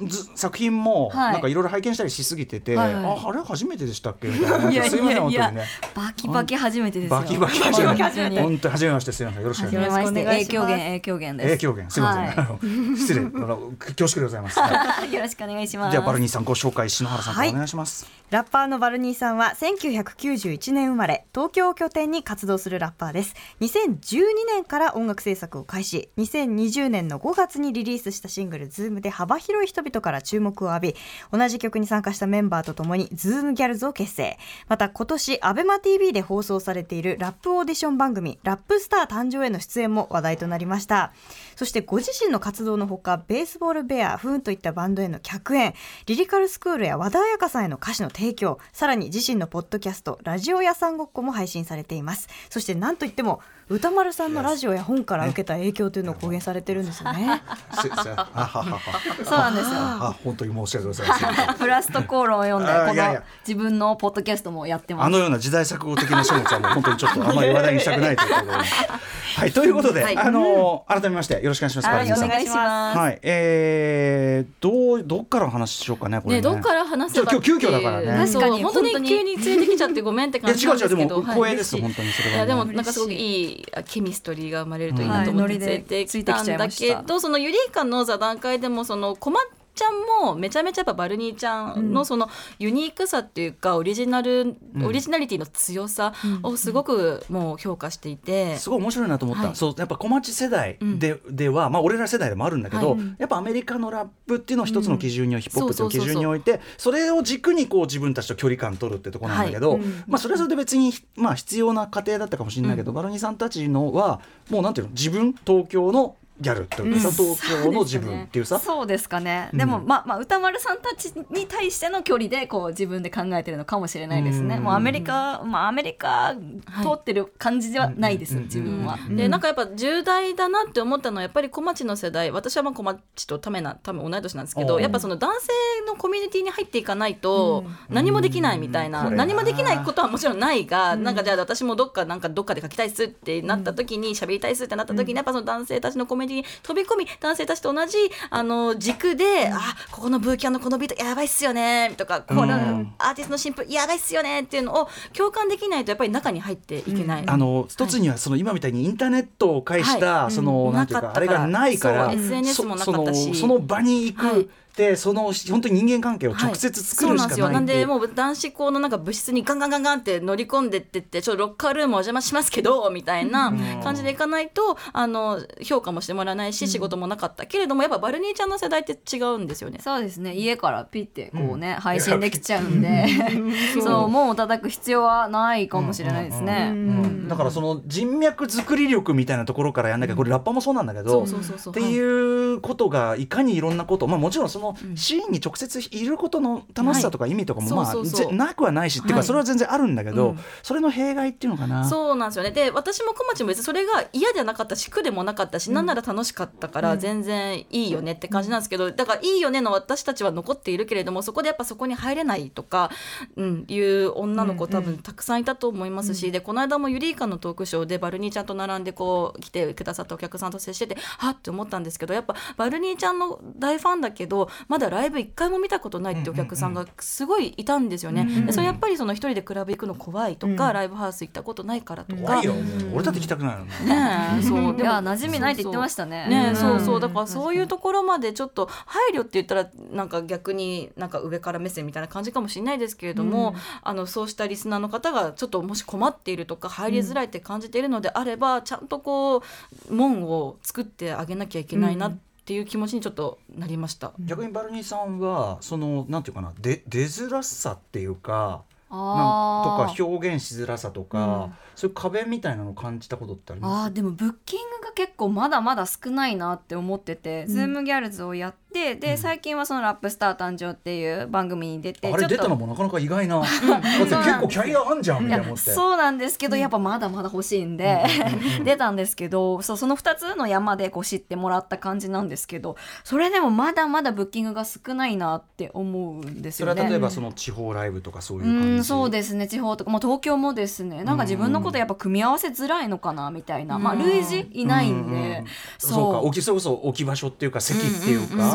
作品もはいなんかいろいろ拝見したりしすぎてて、 はいはいあれ初めてでしたっけみたいな。 いやいやいやすいません本当にね。 バキバキ初めてですよ。 バキバキ初めまして。 本当に本当に初めまして、すいません、よろしくお願いします。 初めまして、 よろしくお願いします影響源です。 影響源、すいません、 は失礼、恐縮でございます。はいよろしくお願いします。 じゃあバルニーさんご紹介、篠原さんからお願いします。 ラッパーのバルニーさんは1991年生まれ、東京を拠点に活動するラッパーです。2012年から音楽制作を開始、2020年の5月にリリースしたシングルズームで幅広い人々から注目を浴び、同じ曲に参加したメンバーとともにズームギャルズを結成。また今年アベマ TV で放送されているラップオーディション番組ラップスター誕生への出演も話題となりました。そしてご自身の活動のほか、ベースボールベア、フーンといったバンドへの客演、リリカルスクールや和田彩香さんへの歌詞の提供、さらに自身のポッドキャストラジオ屋さんごっこも配信されています。そしてなんといっても歌丸さんのラジオや本から受けた影響というのを公言されてるんですよね。 そうなんですよ。 本当に申し訳ございません。 フラスト口論を読んでこいやいやの自分のポッドキャストもやってます。 あのような時代錯誤的な書物はもう本当にちょっとあまり話題にしたくないというところではい、ということで、 はい、 改めましてよろしくお願いします。 はい、おバルニーさん願いします。 はい、どっからお話ししようかね、これね。 どっから話せば今日急遽だからね。 確かに本当に急に連れてきちゃってごめんって感じなんですけど、 いや違う違う、でも光栄ですはい本当にそれはね。 いやでもなんかすごくいいケミストリーが生まれるといいなと思って連れてきたんだけど、そのユリイカの座談会でもそのコマちゃんもめちゃめちゃやっぱバルニーちゃんのそのユニークさっていうかオリジナリティの強さをすごくもう評価していて、 すごい面白いなと思った、 はい、 そうやっぱ小町世代では、まあ、俺ら世代でもあるんだけど、 はい、 やっぱアメリカのラップっていうのを一つの基準に、ヒップホップという基準に置いて、それを軸にこう自分たちと距離感取るってところなんだけど、まあ、それはそれで別に、まあ、必要な過程だったかもしれないけど、バルニーさんたちのはもうなんていうの、自分東京のギャルというかさ、東京の自分っていうさ、 そうですかね。でも、まあ歌丸さんたちに対しての距離でこう自分で考えてるのかもしれないですね。もうアメリカ通ってる感じではないです、自分は。 でなんかやっぱ重大だなって思ったのはやっぱり小町の世代、私はまあ小町と多分同い年なんですけど、やっぱその男性のコミュニティに入っていかないと何もできないみたいな、何もできないことはもちろんないが、なんかじゃあ私もどっかで書きたいっすってなった時に、喋りたいっすってなった時に、やっぱその男性たちのコミュニティに飛び込み、男性たちと同じ軸で、ここのブーキャンのこのビートやばいっすよねとか、このアーティストの新譜やばいっすよねっていうのを共感できないとやっぱり中に入っていけない。 一つにはその今みたいにインターネットを介したそのなんていうかあれがないから、 SNS もなかったし、 その場に行く、でその本当に人間関係を直接作るしかないっていう、 なんでもう男子校のなんか部室にガンガンって乗り込んでってちょっとロッカールームお邪魔しますけどみたいな感じでいかないと評価もしてもらわないし、仕事もなかったけれども、やっぱバルニーちゃんの世代って違うんですよね。 そうですね、家からピッてこうね、配信できちゃうんでそうもう叩く必要はないかもしれないですね。 だからその人脈作り力みたいなところからやんなきゃ、これラッパーもそうなんだけど、っていうことがいかにいろんなこと、まあもちろんそのシーンに直接いることの楽しさとか意味とかもまあなくはないし、っていうかそれは全然あるんだけど、それの弊害っていうのかな。 そうなんですよね。で私も小町も別にそれが嫌ではなかったし苦でもなかったし、なんなら楽しかったから全然いいよねって感じなんですけど、だからいいよねの私たちは残っているけれども、そこでやっぱそこに入れないとか、いう女の子多分たくさんいたと思いますし、でこの間もユリイカのトークショーでバルニーちゃんと並んでこう来てくださったお客さんと接してて、はって思ったんですけど、やっぱバルニーちゃんの大ファンだけどまだライブ1回も見たことないってお客さんがすごいいたんですよね。でそれやっぱりその一人でクラブ行くの怖いとか、ライブハウス行ったことないからとか、 怖いよ、俺だって行きたくないのね。そういや馴染みないって言ってましたね。 そうだからそういうところまでちょっと配慮って言ったらなんか逆になんか上から目線みたいな感じかもしれないですけれども、そうしたリスナーの方がちょっともし困っているとか入りづらいって感じているのであれば、ちゃんとこう門を作ってあげなきゃいけないなっていう気持ちにちょっとなりました。 逆にバルニーさんはそのなんていうかな、出づらさっていうかとか表現しづらさとか、そういう壁みたいなのを感じたことってあります？ でもブッキングが結構まだまだ少ないなって思ってて、ズームギャルズをやって、で最近はそのラップスター誕生っていう番組に出て、 あれ出たのもなかなか意外な、だって結構キャリアあんじゃんみたいな思って。 そうなんですけど、やっぱまだまだ欲しいんで出たんですけど、その2つの山でこう知ってもらった感じなんですけど、それでもまだまだブッキングが少ないなって思うんですよね。 それは例えばその地方ライブとかそういう感じ？ そうですね、地方とか、東京もですね、なんか自分のことやっぱ組み合わせづらいのかなみたいな、類似いないんで、 そうか、それこそ置き場所っていうか席っていうか、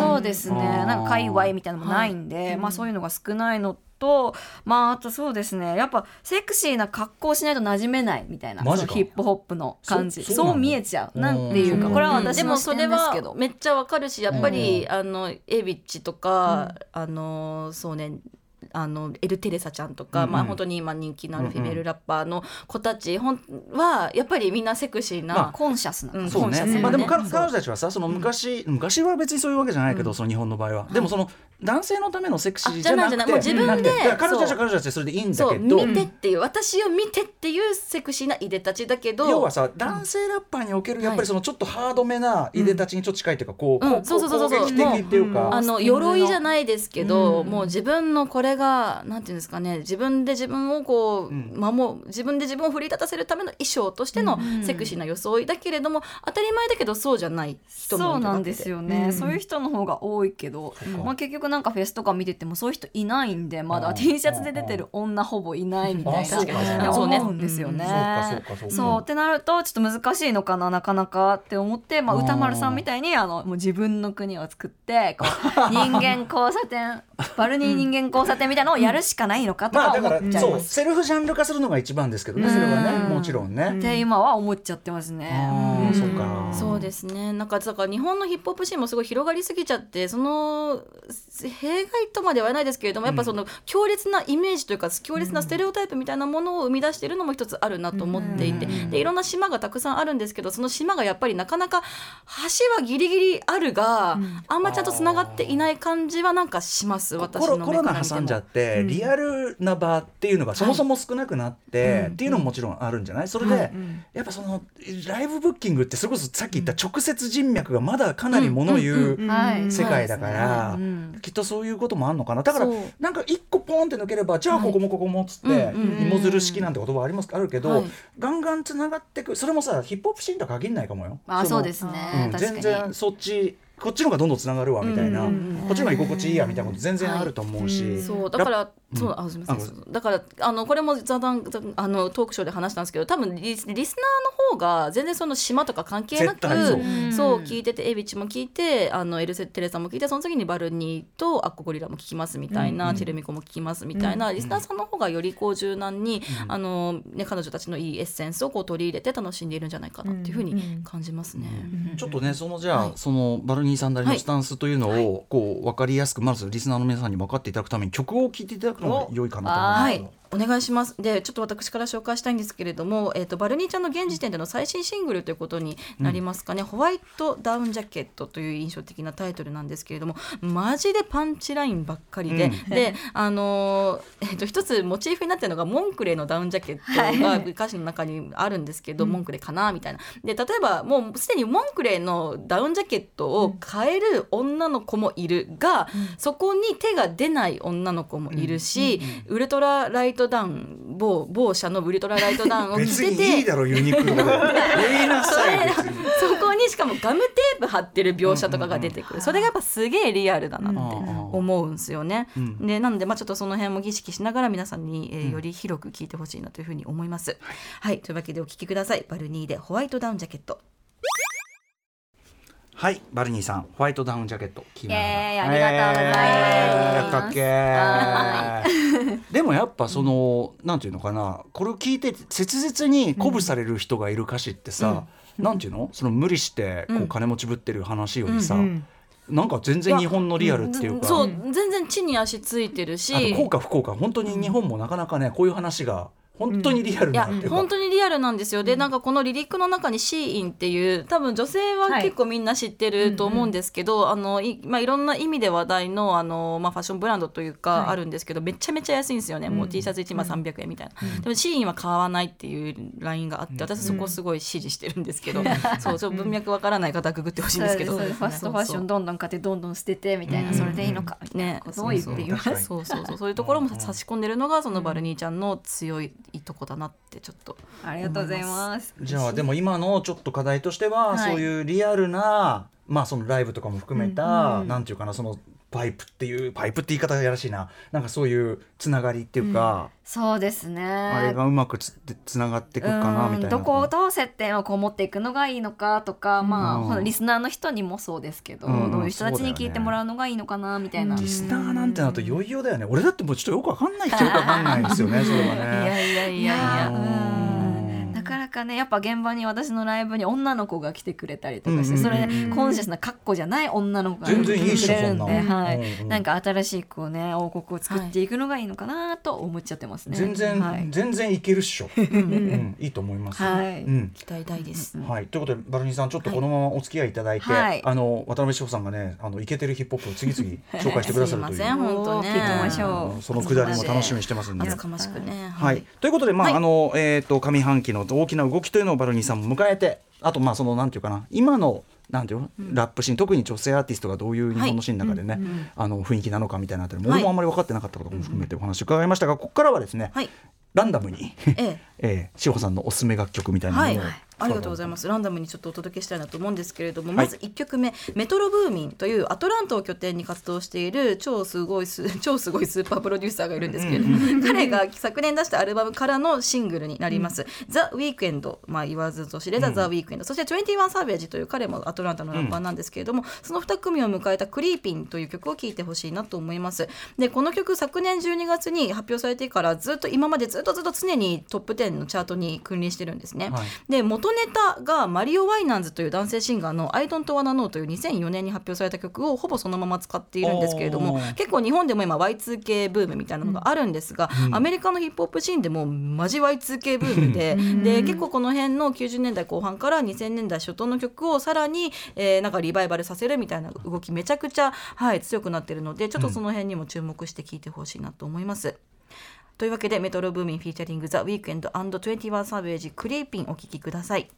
そうですね。なんか界隈みたいなのもないんで、まあそういうのが少ないのと、まああとそうですね、やっぱセクシーな格好をしないと馴染めないみたいな、 マジかそのヒップホップの感じ、 そうなのそう見えちゃう、なんていうか、これは私でもの視それは点ですけど、 めっちゃわかるし、やっぱりエビッチとか、そうね、エル・テレサちゃんとか、まあ、本当に今人気のあるフィメールラッパーの子たちはやっぱりみんなセクシーな、 コンシャスな、 そうね。まあでも彼女たちはさ、その昔は別にそういうわけじゃないけど、その日本の場合はでもその男性のためのセクシーじゃなくて、 もう自分で彼女たちは彼女たちでそれでいいんだそうけど、 見てっていう、私を見てっていうセクシーないでたちだけど、 要はさ、男性ラッパーにおけるやっぱりそのちょっとハードめないでたちにちょっと近いというか、こう攻撃的っていうか、 鎧じゃないですけど、もう自分のこれがなんていうんですかね、自分で自分をこう自分で自分を奮い立たせるための衣装としてのセクシーな装いだけれども、当たり前だけどそうじゃない人もいるわけで。 そうなんですよね、そういう人の方が多いけど、まあ、結局なんかフェスとか見ててもそういう人いないんで、まだ T シャツで出てる女ほぼいないみたいな思うんですよね。そうってなるとちょっと難しいのかな、なかなかって思って、まあ、歌丸さんみたいにもう自分の国を作ってこう人間交差点バルニー人間交差点みたいなのをやるしかないのかとか思っちゃいます。 そうセルフジャンル化するのが一番ですけどね、それはね、もちろんねって今は思っちゃってますね。 そうか。 そうですね。なんかだから日本のヒップホップシーンもすごい広がりすぎちゃって、その弊害とまでは言わないですけれども、やっぱその強烈なイメージというか強烈なステレオタイプみたいなものを生み出しているのも一つあるなと思っていて、でいろんな島がたくさんあるんですけど、その島がやっぱりなかなか橋はギリギリあるが、あんまちゃんとつながっていない感じはなんかします。私の目から見てもコロナ挟んじゃって、リアルな場っていうのがそもそも少なくなって、っていうのももちろんあるんじゃない。それで、やっぱそのライブブッキングってそれこそさっき言った直接人脈がまだかなりもの言う世界だから、きっとそういうこともあるのかな。だからなんか一個ポンって抜ければ、じゃあここもここもっつって芋づる式なんて言葉あるけど、ガンガンつながってく。それもさヒップホップシーンとは限んないかもよ。 そうですね、 全然そっちこっちのがどんどんつながるわみたいな、こっちのが居心地いいやみたいなこと全然あると思うし、 そうだからすみません。だからこれもトークショーで話したんですけど、多分リスナーの方が全然その島とか関係なくそう聞いてて、エビチも聞いて、エルセテレサも聞いて、その次にバルニーとアッコゴリラも聞きますみたいな、チェルミコも聞きますみたいな、リスナーさんの方がよりこう柔軟に、彼女たちのいいエッセンスをこう取り入れて楽しんでいるんじゃないかなっていうふうに感じますね。 ちょっとね、そのじゃあ、そのバルニーさんなりのスタンスというのをこう分かりやすく、まずリスナーの皆さんに分かっていただくために曲を聴いていただくのが良いかなと思います。 お願いします。でちょっと私から紹介したいんですけれども、バルニーちゃんの現時点での最新シングルということになりますかね、ホワイトダウンジャケットという印象的なタイトルなんですけれども、マジでパンチラインばっかりで、で一つモチーフになっているのがモンクレーのダウンジャケットが歌詞の中にあるんですけど、モンクレーかなみたいな。で例えばもうすでにモンクレーのダウンジャケットを変える女の子もいるが、そこに手が出ない女の子もいるし、ウルトラライトダウン某社のウルトラライトダウンを着てて、 別にいいだろユニクロで言いなさい。 そこにしかもガムテープ貼ってる描写とかが出てくる、それがやっぱすげえリアルだなって思うんですよね。でなのでちょっとその辺も意識しながら皆さんに、より広く聞いてほしいなというふうに思います。はい、というわけでお聞きください。バルニーでホワイトダウンジャケット。 はい、バルニーさんホワイトダウンジャケット聞きながら、 ありがとうございます。 でもやっぱその、なんていうのかな、これを聞いて切実に鼓舞される人がいる歌詞ってさ、なんていうの、その無理してこう金持ちぶってる話よりさ、なんか全然日本のリアルっていうか、 そう全然地に足ついてるし、 あと効果不効果本当に日本もなかなかね、こういう話が本当にリアルなっていうか、 本当にリアルなんですよ。でなんかこのリリックの中にシーインっていう多分女性は結構みんな知ってると思うんですけど、いろんな意味で話題の、ファッションブランドというかあるんですけど、めちゃめちゃ安いんですよね。もう T シャツ1枚300円みたいな、でもシーインは買わないっていうラインがあって、私そこすごい支持してるんですけど、そうちょっと文脈わからない方はググってほしいんですけど、 ファストファッションどんどん買ってどんどん捨ててみたいな、それでいいのかみたいなことを言っています。 そういうところも差し込んでるのがそのバルニーちゃんの強いとこだなってちょっとありがとうございます。 じゃあでも今のちょっと課題としては、そういうリアルな、そのライブとかも含めた、なんていうかな、そのパイプって言い方がやらしいな、なんかそういうつながりっていうか、 そうですね、 あれがうまくつながっていくかなみたいな、 どこと接点をこう持っていくのがいいのかとか、リスナーの人にもそうですけど、どういう人たちに聞いてもらうのがいいのかなみたいな、 リスナーなんてなると余裕だよね。俺だってもうちょっとよくわかんないっちゃよくわかんないですよねそれはね。 いやなかなかね、やっぱ現場に私のライブに女の子が来てくれたりとかして、それコンシャスな格好じゃない女の子が来てくれるんで、なんか新しいこうね王国を作っていくのがいいのかなと思っちゃってますね。 全然いけるっしょいいと思います、 期待大です、 ということでバルニーさんちょっとこのままお付き合いいただいて、渡辺志保さんがねイケてるヒップホップを次々紹介してくださるというすいません本当ね、 聞いてみましょう。 そのくだりも楽しみにしてますんで、 厚かましくね、 ということで上半期の大きな動きというのをバルニーさんも迎えて、あとそのなんていうかな、今のなんていうの、ラップシーン、特に女性アーティストがどういう日本のシーンの中でね、雰囲気なのかみたいなあたりも、俺もあんまり分かってなかったことも含めてお話を伺いましたが、ここからはですね、ランダムに志保さんのおすすめ楽曲みたいなものを、 ありがとうございます。ランダムにちょっとお届けしたいなと思うんですけれども、まず1曲目、メトロブーミンというアトランタを拠点に活動している超すごいスーパープロデューサーがいるんですけれども、彼が昨年出したアルバムからのシングルになります、ザ・ウィークエンド、言わずと知れたザ・ウィークエンド、そして21サーベージという彼もアトランタのラッパーなんですけれども、その2組を迎えたクリーピンという曲を聴いてほしいなと思います。でこの曲昨年12月に発表されてから今までずっと常にトップ10のチャートに君臨してるんですね、で元ネタがマリオ・ワイナンズという男性シンガーの I Don't Wanna Know という2004年に発表された曲をほぼそのまま使っているんですけれども、結構日本でも今 Y2K ブームみたいなのがあるんですが、アメリカのヒップホップシーンでもマジ Y2K ブームで結構この辺の90年代後半から2000年代初頭の曲をさらに、なんかリバイバルさせるみたいな動きめちゃくちゃ、強くなってるので、ちょっとその辺にも注目して聴いてほしいなと思います、というわけでメトロブーミンフィーチャリングザ・ウィークエンド&21サーベージクリーピンお聴きください。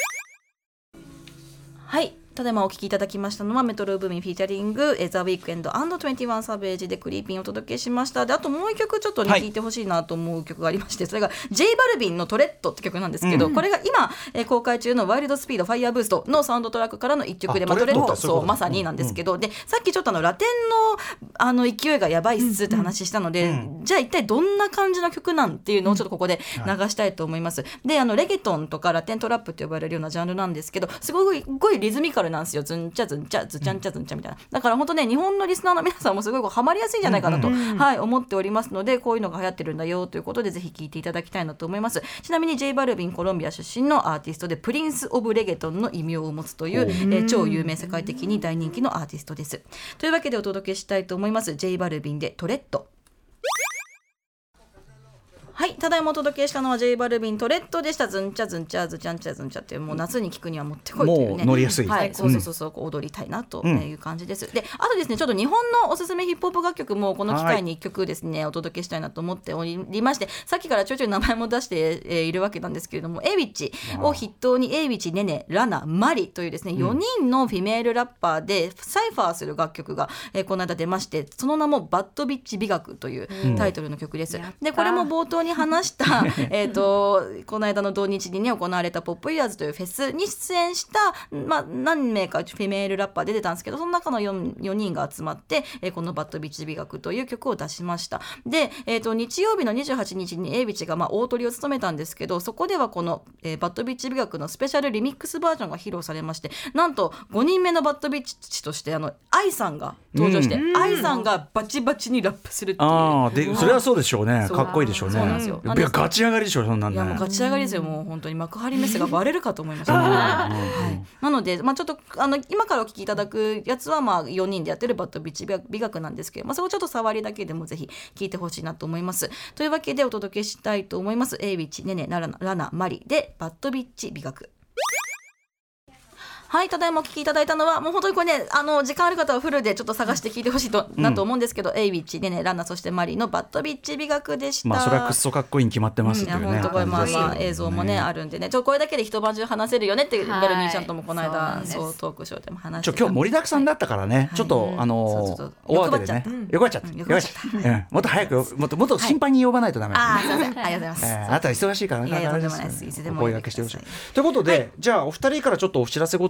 ただいまお聴きいただきましたのはメトロブーミンフィーチャリングザ・ウィークエンド&21サーベージでクリーピンをお届けしました。であともう一曲ちょっとね、聴いてほしいなと思う曲がありまして、それが J バルビンのトレッドって曲なんですけど、これが今、公開中のワイルドスピードファイヤーブーストのサウンドトラックからの一曲で、トレッドそうまさになんですけど、でさっきちょっとラテンの勢いがやばいっすって話したので、じゃあ一体どんな感じの曲なんっていうのをちょっとここで流したいと思います。でレゲトンとかラテントラップって呼ばれるようなジャンルなんですけど、すごいリズミカルなんですよ。ズンチャズンチャズチャンチャズンチャみたいな。だから本当ね、日本のリスナーの皆さんもすごいハマりやすいんじゃないかなと、思っておりますので、こういうのが流行ってるんだよということでぜひ聴いていただきたいなと思います。ちなみに J バルビンコロンビア出身のアーティストでプリンス・オブ・レゲトンの異名を持つという、超有名世界的に大人気のアーティストです。というわけでお届けしたいと思います。 J バルビンでトレッド。ただいまお届けしたのは J バルビントレッドでした。ズンチャズンチャズチャンチャズンチャっていう、もう夏に聴くにはもってこいというね、 もう乗りやすい、 そう踊りたいなという感じです。であとですね、ちょっと日本のおすすめヒップホップ楽曲もこの機会に1曲ですね、お届けしたいなと思っておりまして、さっきからちょいちょい名前も出して、いるわけなんですけれども、エイウィッチを筆頭にエイウィッチ、ネネ、ラナ、マリというですね、4人のフィメールラッパーでサイファーする楽曲が、この間出まして、その名もバッドビッチ美学というタイトルの曲です。でこれも冒頭に話したこの間の同日に、ね、行われたポップイヤーズというフェスに出演した、何名かフィメールラッパー出てたんですけど、その中の 4人が集まって、このバッドビッチ美学という曲を出しました。で、日曜日の28日にエイビチが大トリを務めたんですけど、そこではこの、バッドビッチ美学のスペシャルリミックスバージョンが披露されまして、なんと5人目のバッドビッチとして愛さんが登場して、愛さんがバチバチにラップするっていう。 でそれはそうでしょうね。かっこいいでしょうね。 そうなんですよ。 ガチ上がりでしょ、そんなんね。 いやもうガチ上がりですよ。もう本当に幕張メッセがバレるかと思いましたね。なので、ちょっと今からお聞きいただくやつは4人でやってるバッドビッチ美学なんですけど、それをちょっと触りだけでもぜひ聞いてほしいなと思います。というわけでお届けしたいと思います。エイビッチ、ネネ、ラナ、マリでバッドビッチ美学。ただいまお聞きいただいたのは、もう本当にこれね、時間ある方はフルでちょっと探して聞いてほしいなと思うんですけど、エイビッチ、ネネ、ラナ、そしてマリのバッドビッチ美学でした。 それはくっそかっこいいに決まってますっていうね。 本当これ映像もねあるんでね、これだけで一晩中話せるよねって、バルニーちゃんともこの間トークショーでも話してた。 今日盛りだくさんだったからね、ちょっと大慌てでね、欲張っちゃった。もっと早く、もっと頻繁に呼ばないとダメですね。 すいません、ありがとうございます。 あなたは忙しいからね。 いやとんでもないです。いつでもお声掛けしてほしいということで、じゃあお二人からちょっとお知らせ事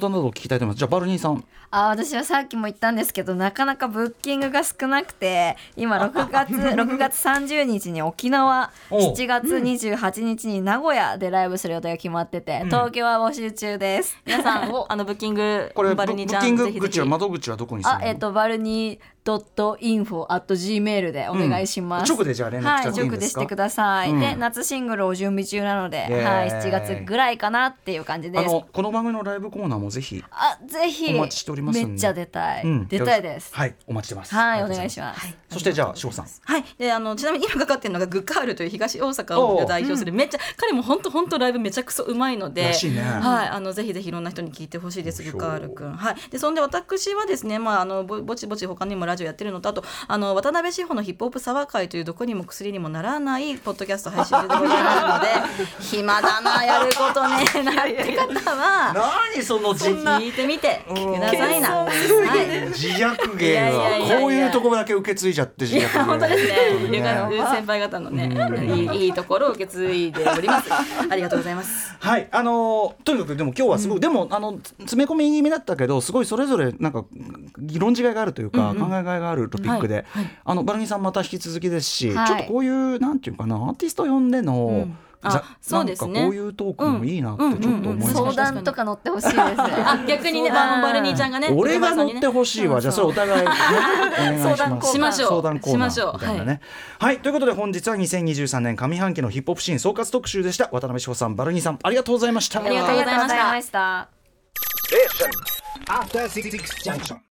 などを聞きたいと思います。じゃあバルニーさん。 私はさっきも言ったんですけど、なかなかブッキングが少なくて、今6月30日に沖縄、7月28日に名古屋でライブする予定が決まってて、東京は募集中です。 皆さんブッキング、 これバルニーちゃん、 ブッキング口は窓口はどこにするの？ バルニー.info@gmail でお願いします。 直でじゃあ連絡しちゃっていいんですか？ 直でしてください。で、夏シングルを準備中なので、7月ぐらいかなっていう感じです。 この番組のライブコーナーもぜひぜひお待ちしておりますんで。 めっちゃ出たい、出たいです。 はい、お待ちしてます。 はい、お願いします。 そしてじゃあ志保さん。 はい。でちなみに今かかってるのがグッカールという東大阪を代表する、めっちゃ彼も本当ライブめちゃくそうまいので、はい、ぜひぜひいろんな人に聞いてほしいです。グッカールくん。はい。でそんで私はですね、ぼちぼち他にもラジオやってるのと、あと渡辺志保のヒップホップサワー会というどこにも薬にもならないポッドキャスト配信中でございますので暇だなやることねなって方は何その聞いてみてくださいな。 自虐芸はこういうところだけ受け継いじゃって自虐芸。 本当ですね。先輩方のねいいところを受け継いでおります。ありがとうございます。 はい、とにかくでも今日はすごい、でも詰め込み気味だったけど、すごいそれぞれなんか議論違いがあるというか、考えがいがあるトピックで、バルニーさんまた引き続きですし、ちょっとこういうなんていうかな、アーティスト呼んでの、 そうですね、 なんかこういうトークもいいなってちょっと思いました。 相談とか乗ってほしいです。 逆にね、バルニーちゃんがね、 俺が乗ってほしいわ。じゃあそれお互いお願いします。 しましょう。 相談コーナーみたいなね。はい、ということで本日は2023年上半期のヒップホップシーン総括特集でした。渡辺志保さん、バルニーさん、ありがとうございました。 ありがとうございました。